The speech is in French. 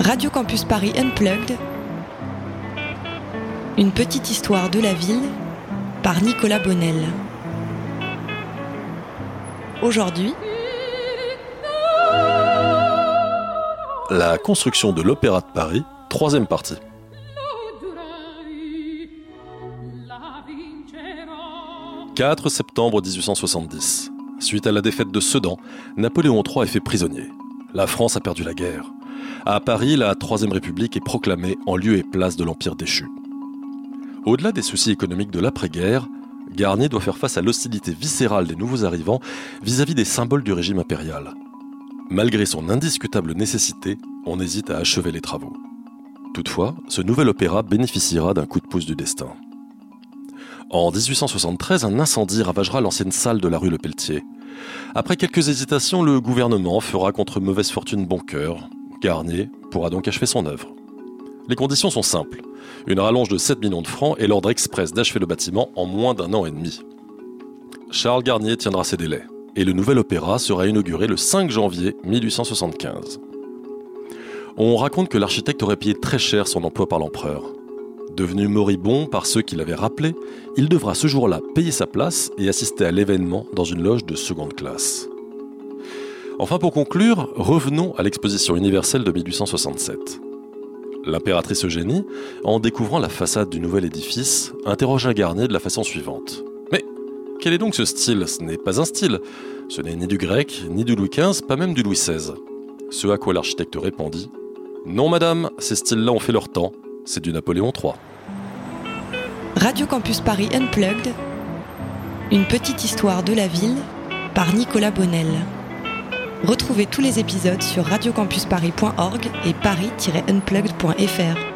Radio Campus Paris Unplugged, une petite histoire de la ville par Nicolas Bonnel. Aujourd'hui, la construction de l'Opéra de Paris, 3e partie. « 4 septembre 1870. Suite à la défaite de Sedan, Napoléon III est fait prisonnier. La France a perdu la guerre. À Paris, la Troisième République est proclamée en lieu et place de l'Empire déchu. Au-delà des soucis économiques de l'après-guerre, Garnier doit faire face à l'hostilité viscérale des nouveaux arrivants vis-à-vis des symboles du régime impérial. Malgré son indiscutable nécessité, on hésite à achever les travaux. Toutefois, ce nouvel opéra bénéficiera d'un coup de pouce du destin. En 1873, un incendie ravagera l'ancienne salle de la rue Lepelletier. Après quelques hésitations, le gouvernement fera contre mauvaise fortune bon cœur. Garnier pourra donc achever son œuvre. Les conditions sont simples. Une rallonge de 7 millions de francs et l'ordre express d'achever le bâtiment en moins d'1 an et demi. Charles Garnier tiendra ses délais et le nouvel opéra sera inauguré le 5 janvier 1875. On raconte que l'architecte aurait payé très cher son emploi par l'empereur. Devenu moribond par ceux qui l'avaient rappelé, il devra ce jour-là payer sa place et assister à l'événement dans une loge de seconde classe. Enfin, pour conclure, revenons à l'exposition universelle de 1867. L'impératrice Eugénie, en découvrant la façade du nouvel édifice, interrogea Garnier de la façon suivante. « Mais quel est donc ce style ? Ce n'est pas un style. Ce n'est ni du grec, ni du Louis XV, pas même du Louis XVI. » Ce à quoi l'architecte répondit « Non, madame, ces styles-là ont fait leur temps. C'est du Napoléon III. » Radio Campus Paris Unplugged, une petite histoire de la ville par Nicolas Bonnel. Retrouvez tous les épisodes sur radiocampusparis.org et paris-unplugged.fr.